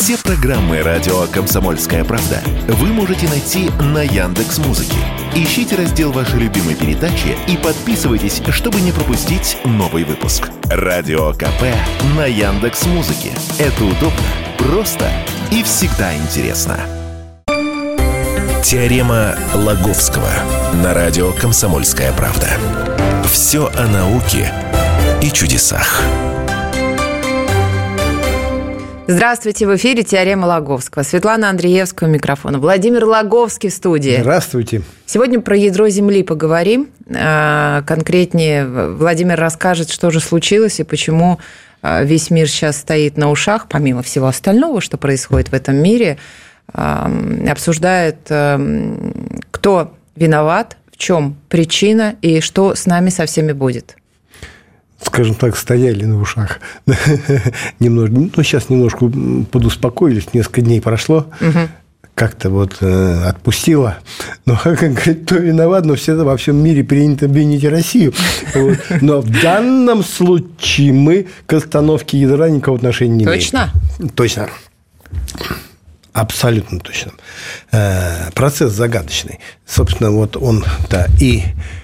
Все программы радио «Комсомольская правда» вы можете найти на Яндекс.Музыке. Ищите раздел вашей любимой передачи и подписывайтесь, чтобы не пропустить новый выпуск. Радио КП на Яндекс.Музыке. Это удобно, просто и всегда интересно. Теорема Лаговского на радио «Комсомольская правда». Все о науке и чудесах. Здравствуйте, в эфире «Теорема Лаговского». Светлана Андреевская у микрофона. Владимир Лаговский в студии. Здравствуйте. Сегодня про ядро Земли поговорим. Конкретнее Владимир расскажет, что же случилось и почему весь мир сейчас стоит на ушах, помимо всего остального, что происходит в этом мире. Обсуждает, кто виноват, в чем причина и что с нами со всеми будет. Скажем так, стояли на ушах. Сейчас немножко подуспокоились, несколько дней прошло, как-то вот отпустило. Но, как говорит, кто виноват, но все во всем мире принято обвинить Россию. Вот. Но в данном случае мы к остановке ядра никакого отношения не имеем. Точно? Точно. Абсолютно точно. Процесс загадочный. Собственно, вот он и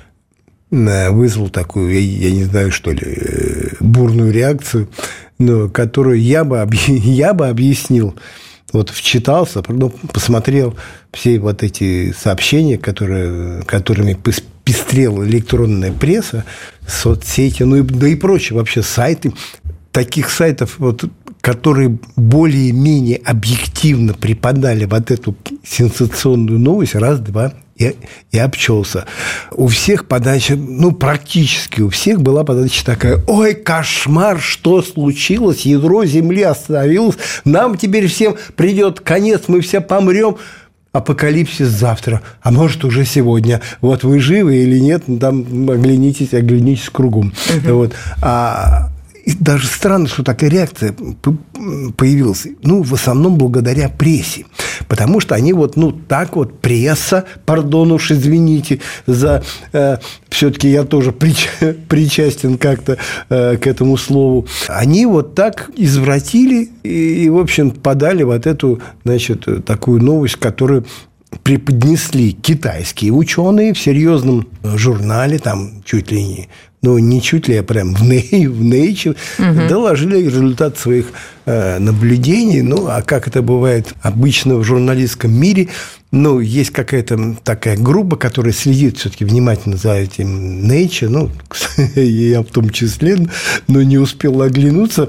вызвал такую, я не знаю, что ли, бурную реакцию, но которую я бы объяснил. Вот вчитался, посмотрел все вот эти сообщения, которыми пестрела электронная пресса, соцсети, да и прочие вообще сайты. Таких сайтов, вот, которые более-менее объективно преподали вот эту сенсационную новость, раз-два, и обчелся. У всех подача, практически у всех была подача такая: ой, кошмар, что случилось, ядро Земли остановилось, нам теперь всем придет конец, мы все помрем. Апокалипсис завтра, а может, уже сегодня. Вот вы живы или нет, там оглянитесь кругом. Вот. И даже странно, что такая реакция появилась. В основном благодаря прессе. Потому что они пресса, пардон уж, извините, все-таки я тоже причастен как-то к этому слову. Они вот так извратили и, в общем, подали вот эту, такую новость, которую преподнесли китайские ученые в серьезном журнале, там чуть ли не чуть ли, а прям в Nature, доложили результат своих наблюдений. А как это бывает обычно в журналистском мире, есть какая-то такая группа, которая следит все-таки внимательно за этим Nature, я в том числе, но не успел оглянуться,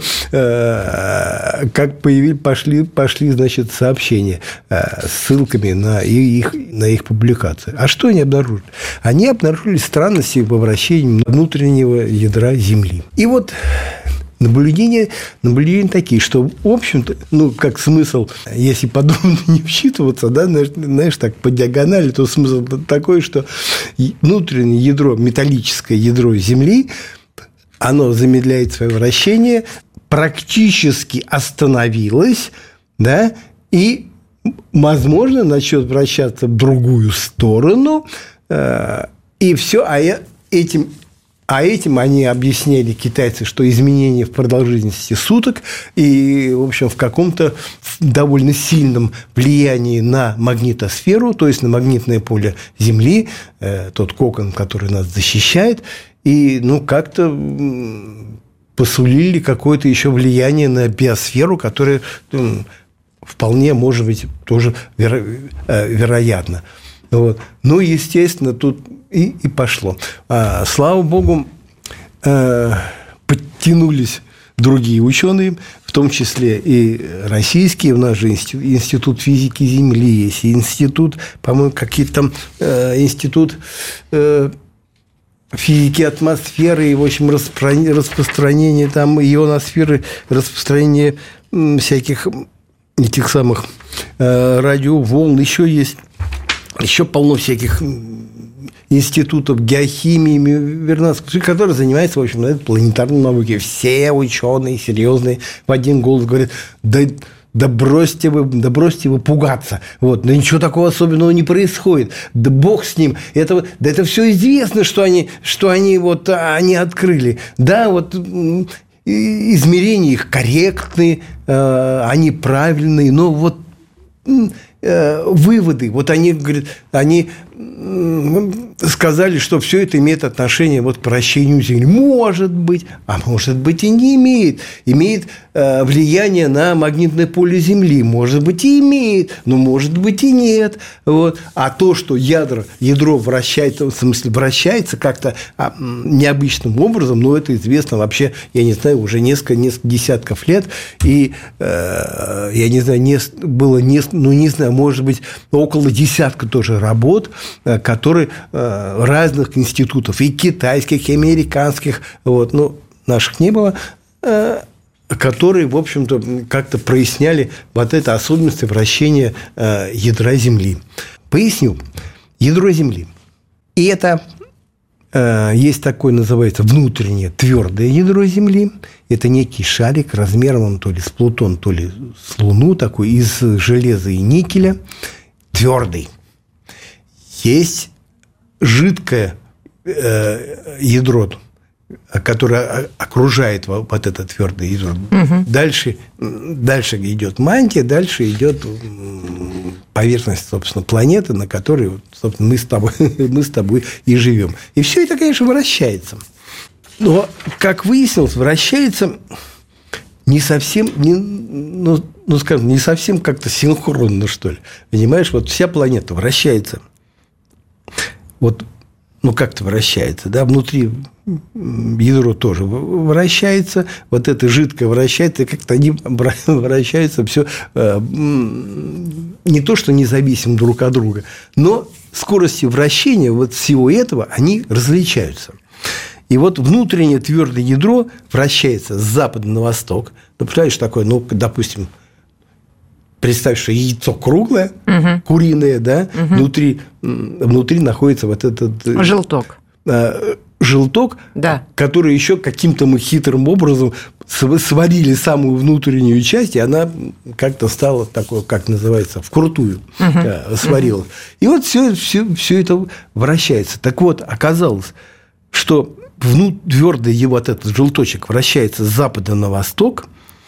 как пошли, значит, сообщения с ссылками на их публикации. А что они обнаружили? Они обнаружили странности в обращении внутреннего ядра Земли. И вот наблюдения такие, что, в общем-то, как смысл, если подобно не вчитываться, да, знаешь, так по диагонали, то смысл такой, что внутреннее ядро, металлическое ядро Земли, оно замедляет свое вращение, практически остановилось, да, и, возможно, начнет вращаться в другую сторону, и все, этим они объясняли, китайцы, что изменения в продолжительности суток и, в общем, в каком-то довольно сильном влиянии на магнитосферу, то есть на магнитное поле Земли, тот кокон, который нас защищает, и, как-то посулили какое-то еще влияние на биосферу, которое вполне может быть тоже вероятно. Вот. Естественно, тут и пошло. Слава богу, подтянулись другие ученые, в том числе и российские. У нас же институт физики Земли есть, и институт, по-моему, какие-то там институт физики атмосферы, и, в общем, распространение там ионосферы, распространение всяких этих самых радиоволн. Еще есть полно всяких институтов геохимии, Вернадского, которые занимаются, в общем, планетарной наукой. Все ученые серьезные в один голос говорят: да бросьте вы пугаться. Вот. Да ничего такого особенного не происходит. Да бог с ним. Это все известно, что они открыли. Да, вот измерения их корректны, они правильные, но вот выводы, вот они, говорят, они сказали, что все это имеет отношение вот к вращению Земли. Может быть, а может быть и не имеет. Имеет влияние на магнитное поле Земли. Может быть и имеет, но может быть и нет. Вот. А то, что ядро вращается, в смысле вращается как-то необычным образом, но это известно вообще, я не знаю, уже несколько десятков лет. И я не знаю, было, не знаю, может быть, около десятка тоже работ, которые разных институтов, и китайских, и американских, вот, ну, наших не было, которые, в общем-то, как-то проясняли вот это особенности вращения ядра Земли. Поясню. Ядро Земли. И это есть такое, называется, внутреннее твердое ядро Земли. Это некий шарик размером то ли с Плутон, то ли с Луну, такой из железа и никеля, твердый. Есть жидкое ядро, которое окружает вот это твердое ядро. Угу. Дальше идет мантия, дальше идет поверхность, собственно, планеты, на которой, собственно, мы с тобой и живем. И все это, конечно, вращается. Но, как выяснилось, вращается не совсем, скажем, не совсем как-то синхронно, что ли. Понимаешь, вот вся планета вращается. Вот, как-то вращается, да, внутри ядро тоже вращается, вот это жидкое вращается, и как-то они вращаются все не то, что независимо друг от друга, но скорости вращения вот всего этого, они различаются. И вот внутреннее твердое ядро вращается с запада на восток. Ну, представляешь, такое, допустим, представь, что яйцо круглое, куриное, да, внутри находится вот этот... Желток. Желток, да. Который еще каким-то мы хитрым образом сварили самую внутреннюю часть, и она как-то стала такой, как называется, вкрутую сварилась. И вот все это вращается. Так вот, оказалось, что твердый вот этот желточек вращается с запада на восток,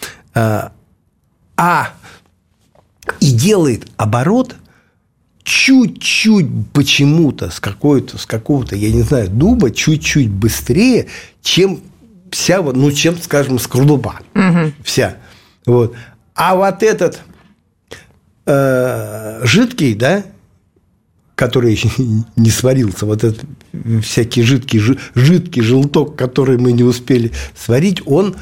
и делает оборот чуть-чуть почему-то с какого-то, я не знаю, дуба, чуть-чуть быстрее, чем чем, скажем, скорлупа. Вся. Вот. А вот этот жидкий, да, который еще не сварился, вот этот всякий жидкий желток, который мы не успели сварить, он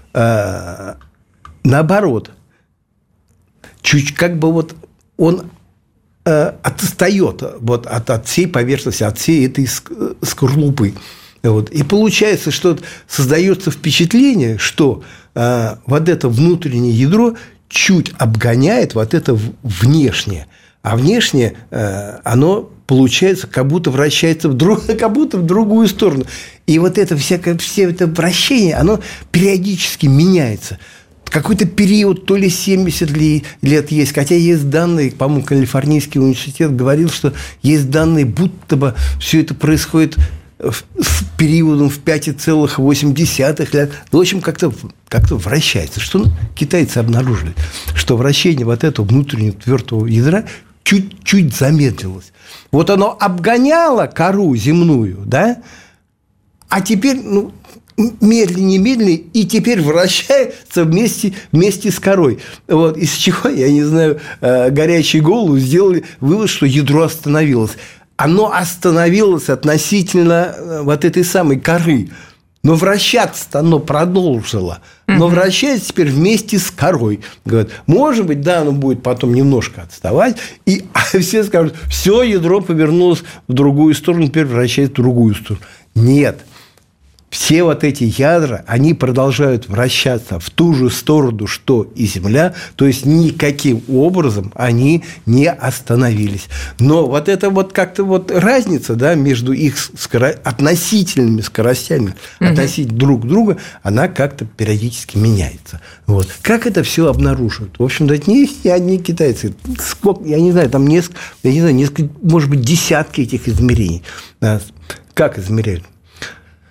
наоборот, чуть как бы вот он отстает вот от всей поверхности, от всей этой скорлупы. Вот. И получается, что создается впечатление, что вот это внутреннее ядро чуть обгоняет вот это внешнее. А внешнее, оно, получается, как будто вращается как будто в другую сторону. И вот это все это вращение, оно периодически меняется. Какой-то период, то ли 70 лет есть, хотя есть данные, по-моему, Калифорнийский университет говорил, что есть данные, будто бы все это происходит с периодом в 5,8 лет. В общем, как-то вращается. Что китайцы обнаружили? Что вращение вот этого внутреннего твердого ядра чуть-чуть замедлилось. Вот оно обгоняло кору земную, да? А теперь, медленнее, и теперь вращается вместе с корой. Вот. Из чего, я не знаю, горячие головы сделали вывод, что ядро остановилось. Оно остановилось относительно вот этой самой коры. Но вращаться-то оно продолжило. Но вращается теперь вместе с корой. Говорят, может быть, да, оно будет потом немножко отставать. И все скажут, все, ядро повернулось в другую сторону, теперь вращается в другую сторону. Нет. Все вот эти ядра, они продолжают вращаться в ту же сторону, что и Земля, то есть никаким образом они не остановились. Но вот это вот как-то вот разница, да, между их относительными скоростями, относительно друг друга, она как-то периодически меняется. Вот. Как это все обнаруживают? В общем-то, это не одни китайцы. Сколько, я не знаю, там несколько, может быть, десятки этих измерений. Как измеряют?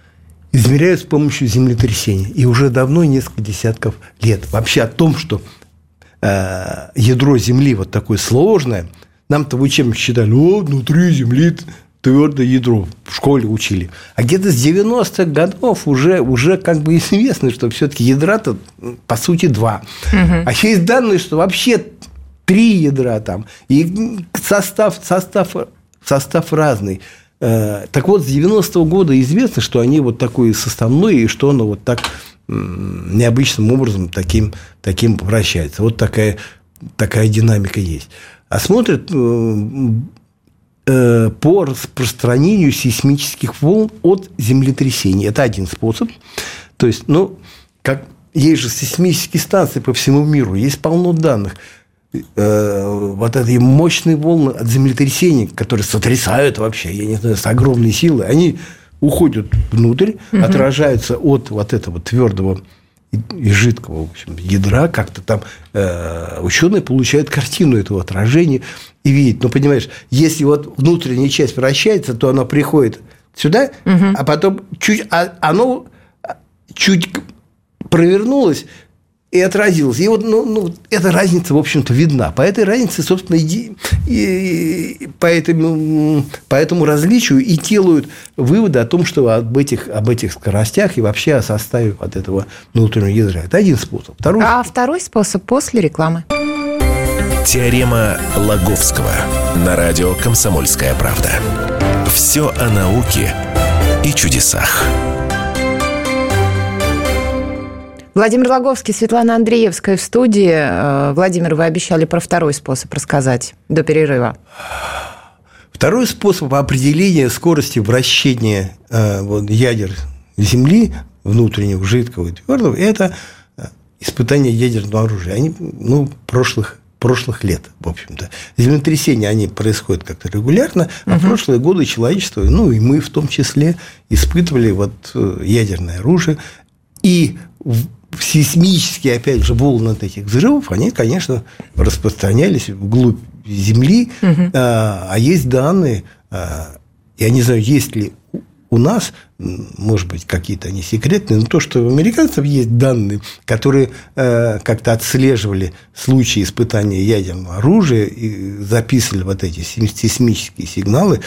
измеряют с помощью землетрясений. И уже давно, несколько десятков лет. Вообще о том, что ядро Земли вот такое сложное, нам-то в учебнике считали, внутри Земли твердое ядро, в школе учили. А где-то с 90-х годов уже как бы известно, что все-таки ядра-то, по сути, 2. А есть данные, что вообще 3 ядра там, и состав разный. Так вот, с 90-го года известно, что они вот такой составной, и что оно вот так необычным образом таким вращается. Вот такая динамика есть. А смотрят по распространению сейсмических волн от землетрясений. Это один способ. То есть, есть же сейсмические станции по всему миру, есть полно данных. Вот эти мощные волны от землетрясений, которые сотрясают вообще, я не знаю, с огромной силой, они уходят внутрь, отражаются от вот этого твердого и жидкого, в общем, ядра, как-то там ученые получают картину этого отражения и видят. Но, понимаешь, если вот внутренняя часть вращается, то она приходит сюда, а потом оно чуть провернулось и отразилось. И вот эта разница, в общем-то, видна. По этой разнице, собственно, по этому различию и делают выводы о том, что об этих скоростях и вообще о составе вот этого внутреннего ядра. Это один способ. Второй способ после рекламы. Теорема Лаговского на радио «Комсомольская правда». Все о науке и чудесах. Владимир Лаговский, Светлана Андреевская в студии. Владимир, вы обещали про второй способ рассказать до перерыва. Второй способ определения скорости вращения ядер Земли, внутреннего, жидкого и твердого, это испытания ядерного оружия. Они прошлых лет, в общем-то. Землетрясения, они происходят как-то регулярно, а в прошлые годы человечество, и мы в том числе, испытывали ядерное оружие. И сейсмические, опять же, волны от этих взрывов, они, конечно, распространялись вглубь Земли, а есть данные, я не знаю, есть ли у нас, может быть, какие-то они секретные, но то, что у американцев есть данные, которые как-то отслеживали случаи испытания ядерного оружия и записывали вот эти сейсмические сигналы,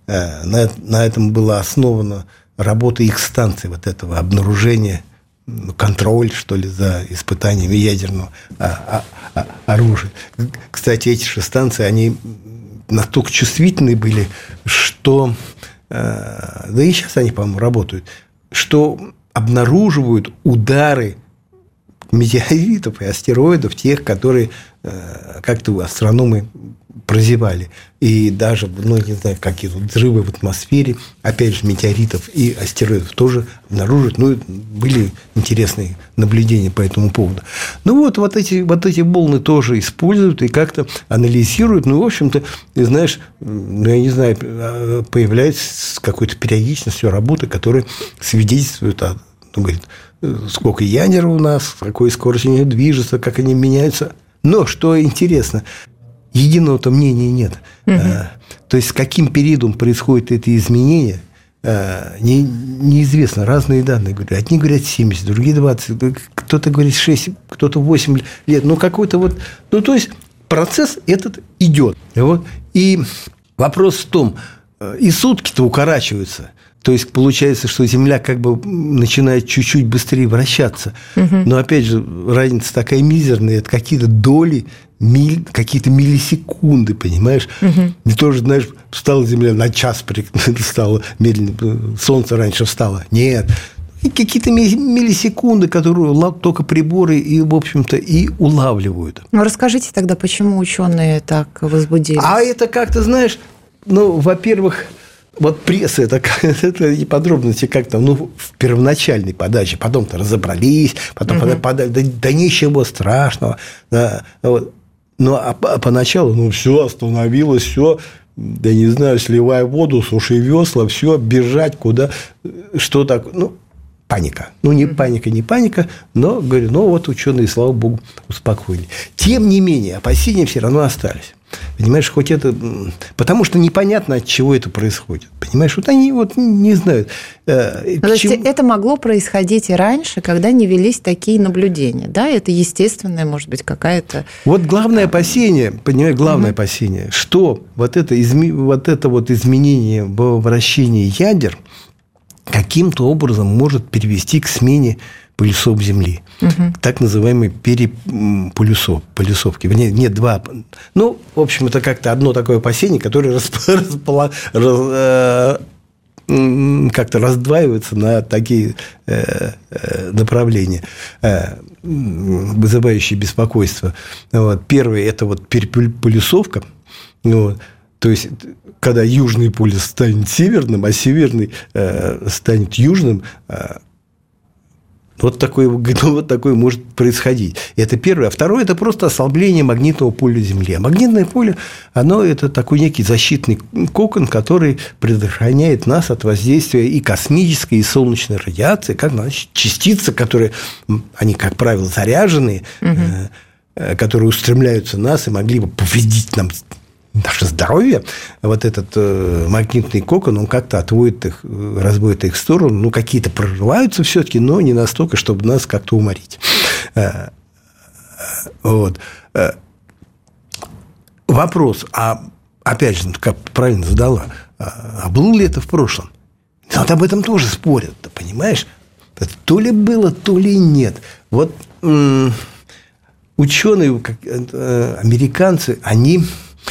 на этом была основана работа их станции, вот этого обнаружения, контроль, что ли, за испытаниями ядерного оружия. Кстати, эти же станции, они настолько чувствительны были, что, да и сейчас они, по-моему, работают, что обнаруживают удары метеоритов и астероидов, тех, которые как-то астрономы прозевали. И даже, не знаю, какие-то взрывы в атмосфере, опять же, метеоритов и астероидов тоже обнаруживают. Были интересные наблюдения по этому поводу. Вот эти волны тоже используют и как-то анализируют. В общем-то, ты знаешь, я не знаю, появляется с какой-то периодичностью работы, которые свидетельствуют о, говорит, сколько ядер у нас, с какой скоростью они движутся, как они меняются. Но, что интересно, единого-то мнения нет. То есть, с каким периодом происходят эти изменения, неизвестно. Разные данные говорят. Одни говорят 70, другие 20, кто-то говорит 6, кто-то 8 лет. Какой-то то есть, процесс этот идет. И вопрос в том, и сутки-то укорачиваются. То есть, получается, что Земля как бы начинает чуть-чуть быстрее вращаться. Но, опять же, разница такая мизерная. Это какие-то доли, какие-то миллисекунды, понимаешь? Не то, что, знаешь, встала Земля на час, стала медленно, Солнце раньше встало. Нет. И какие-то миллисекунды, которые только приборы и, в общем-то, и улавливают. Расскажите тогда, почему ученые так возбудились? А это как-то, знаешь, во-первых... пресса, это не подробности, как там, в первоначальной подаче, потом-то разобрались, потом подали, да ничего страшного. Да, а поначалу, все, остановилось, все, да не знаю, сливай воду, суши весла, все, бежать куда, что такое, паника. Не паника, но, говорю, ученые, слава богу, успокоили. Тем не менее, опасения все равно остались. Понимаешь, хоть это... Потому что непонятно, от чего это происходит. Понимаешь, вот они вот не знают. То есть это могло происходить и раньше, когда не велись такие наблюдения, да? Это естественная, может быть, какая-то... Вот главное опасение, понимаешь, опасение, что вот это вот изменение во вращении ядер каким-то образом может привести к смене полюсов Земли. Так называемые полюсовки. Вернее, два. Ну, в общем, это как-то одно такое опасение, которое как-то раздваивается на такие направления, вызывающие беспокойство. Вот. Первое – это вот переполюсовка. Вот. То есть, когда южный полюс станет северным, а северный станет южным, вот такое может происходить. Это первое. А второе – это просто ослабление магнитного поля Земли. А магнитное поле, оно – это такой некий защитный кокон, который предохраняет нас от воздействия и космической, и солнечной радиации, как частицы, которые, они, как правило, заряженные, которые устремляются в нас и могли бы повредить нам наше здоровье, вот этот магнитный кокон, он как-то отводит их, разводит их в сторону. Ну, какие-то прорываются все-таки, но не настолько, чтобы нас как-то уморить. Вот. Вопрос, опять же, как правильно задала, а было ли это в прошлом? Вот об этом тоже спорят, ты понимаешь? Это то ли было, то ли нет. Вот ученые, американцы, они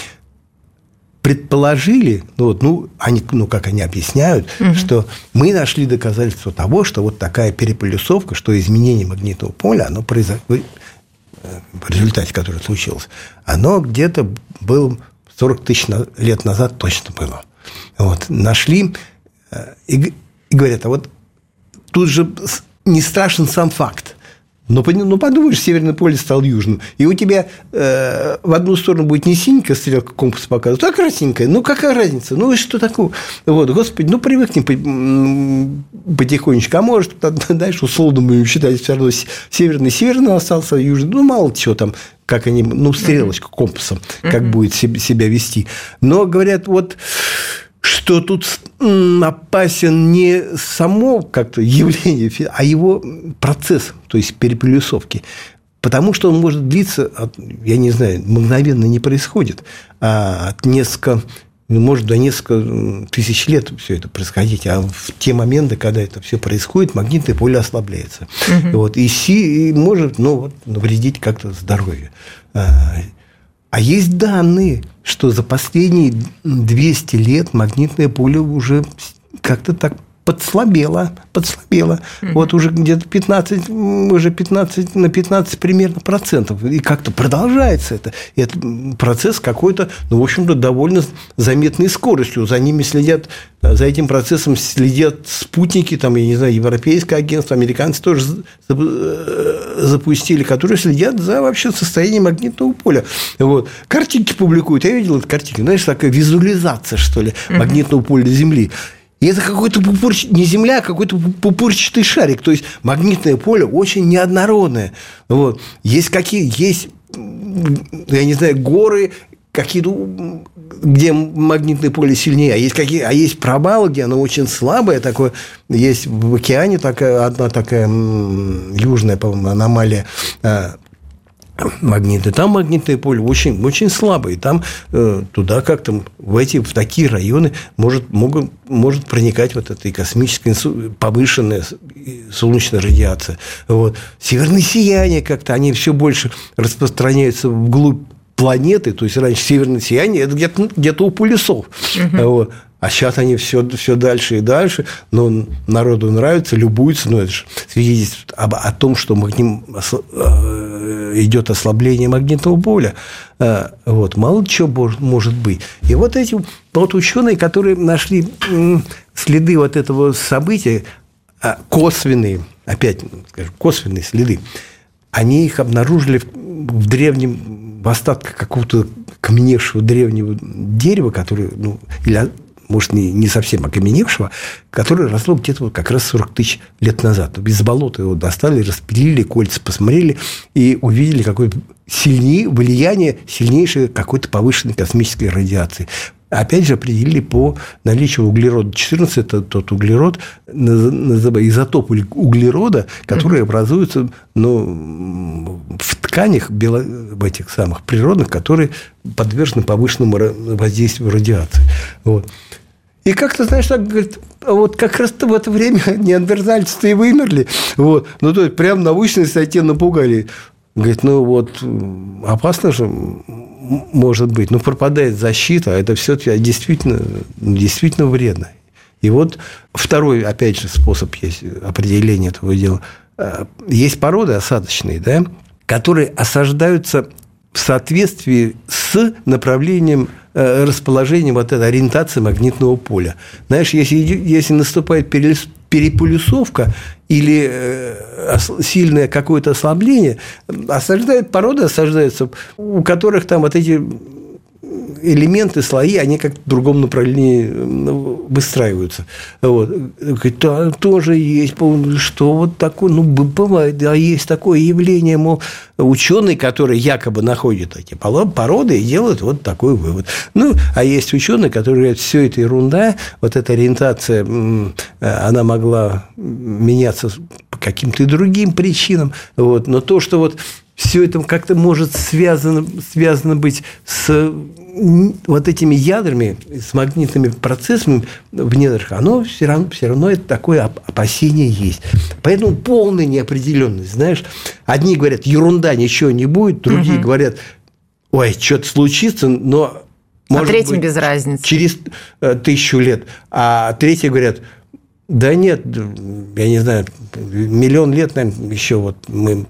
предположили, как они объясняют, что мы нашли доказательства того, что вот такая переполюсовка, что изменение магнитного поля, оно произошло, в результате которого случилось, оно где-то было 40 тысяч лет назад точно было. Вот. Нашли и говорят, а вот тут же не страшен сам факт. Но подумаешь, северный полюс стал южным, и у тебя в одну сторону будет не синенькая стрелка компаса показывать, а красненькая. Ну, какая разница? Ну, и что такое? Вот, Господи, привыкнем потихонечку. А может, дальше условно будем считать, все равно северный остался, южный. Ну, мало чего там, как они, стрелочка компасом, как будет себя вести. Но, говорят, вот... что тут опасен не само как-то явление, а его процесс, то есть переполюсовки. Потому что он может длиться, я не знаю, мгновенно не происходит, а от может до несколько тысяч лет все это происходить. А в те моменты, когда это все происходит, магнитное поле ослабляется. Вот, и может навредить как-то здоровью. А есть данные, что за последние 200 лет магнитное поле уже как-то так подслабело. Вот уже где-то 15 на 15 примерно процентов. И как-то продолжается это. И это процесс какой-то, в общем-то, довольно заметной скоростью. За этим процессом следят спутники, там, я не знаю, европейское агентство, американцы тоже запустили, которые следят за вообще состоянием магнитного поля. Вот. Картинки публикуют. Я видел эти картинки. Знаешь, такая визуализация, что ли, магнитного поля Земли. И это какой-то не Земля, а какой-то пупырчатый шарик. То есть магнитное поле очень неоднородное. Вот. Есть, я не знаю, горы, где магнитное поле сильнее, а есть пробалы, где оно очень слабое. Такое. Есть в океане одна такая южная, по-моему, аномалия магнитное. Там магнитное поле очень, очень слабое. И там туда как-то в такие районы может проникать вот эта и космическая повышенная солнечная радиация. Вот. Северные сияния как-то, они все больше распространяются вглубь планеты. То есть раньше северное сияние – это где-то у полюсов. Вот. А сейчас они все дальше и дальше, но народу нравится, любуется, это же свидетельствует о том, что идет ослабление магнитного поля. Вот, мало чего может быть. И вот эти ученые, которые нашли следы вот этого события, косвенные следы, они их обнаружили в остатках какого-то каменевшего древнего дерева, которое, или может, не совсем окаменевшего, которое росло где-то вот как раз 40 тысяч лет назад. Из болота его достали, распилили, кольца посмотрели и увидели какое-то влияние сильнейшей какой-то повышенной космической радиации. Опять же, определили по наличию углерода. 14 – это тот углерод, изотоп углерода, который образуется в тканях в этих самых природных, которые подвержены повышенному воздействию радиации. Вот. И как-то, знаешь, так, говорит, вот как раз-то в это время неандертальцы-то и вымерли. Вот. Ну, то есть, прям научные статьи напугали. Говорит, ну, вот, опасно же может быть. Ну, пропадает защита, а это все-таки действительно вредно. И вот второй, опять же, способ есть определения этого дела. Есть породы осадочные, да, которые осаждаются в соответствии с направлением расположения вот этой ориентации магнитного поля. Знаешь, если наступает переполюсовка или сильное какое-то ослабление, породы осаждаются, у которых там вот эти элементы, слои, они как-то в другом направлении выстраиваются. Вот. Говорит, да, тоже есть, что вот такое, ну, бывает, да, есть такое явление, мол, ученые, которые якобы находят эти породы и делают вот такой вывод. Ну, а есть ученые, которые говорят, все это ерунда, вот эта ориентация, она могла меняться по каким-то другим причинам, вот, но то, что вот все это как-то может связано быть с вот этими ядрами, с магнитными процессами в недрах, оно все равно это такое опасение есть. Поэтому полная неопределенность. Знаешь, одни говорят, ерунда, ничего не будет, другие говорят, ой, что-то случится, но может третьим быть, без разницы. Через 1000 лет. А третьи говорят, да нет, я не знаю, 1 миллион лет, наверное, еще вот мы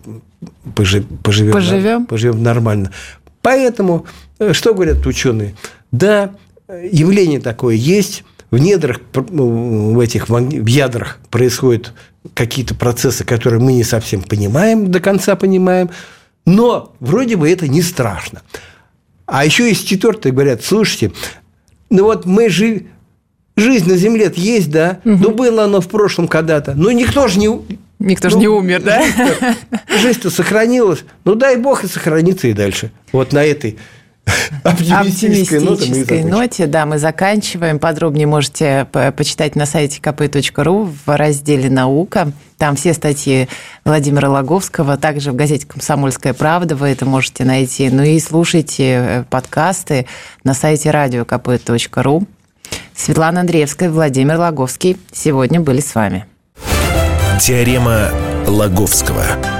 поживем нормально. Поэтому, что говорят ученые? Да, явление такое есть. В недрах, в ядрах происходят какие-то процессы, которые мы не совсем понимаем, до конца понимаем, но вроде бы это не страшно. А еще есть четвертые, говорят, слушайте, ну вот жизнь на Земле есть, да, но было оно в прошлом когда-то, но никто же не умер, да? Жизнь-то сохранилась. Ну, дай бог, и сохранится и дальше. Вот на этой оптимистической ноте, да, мы заканчиваем. Подробнее можете почитать на сайте kp.ru в разделе «Наука». Там все статьи Владимира Логовского, также в газете «Комсомольская правда» вы это можете найти. Ну и слушайте подкасты на сайте radio.kp.ru. Светлана Андреевская, Владимир Логовский сегодня были с вами. Теорема Логовского.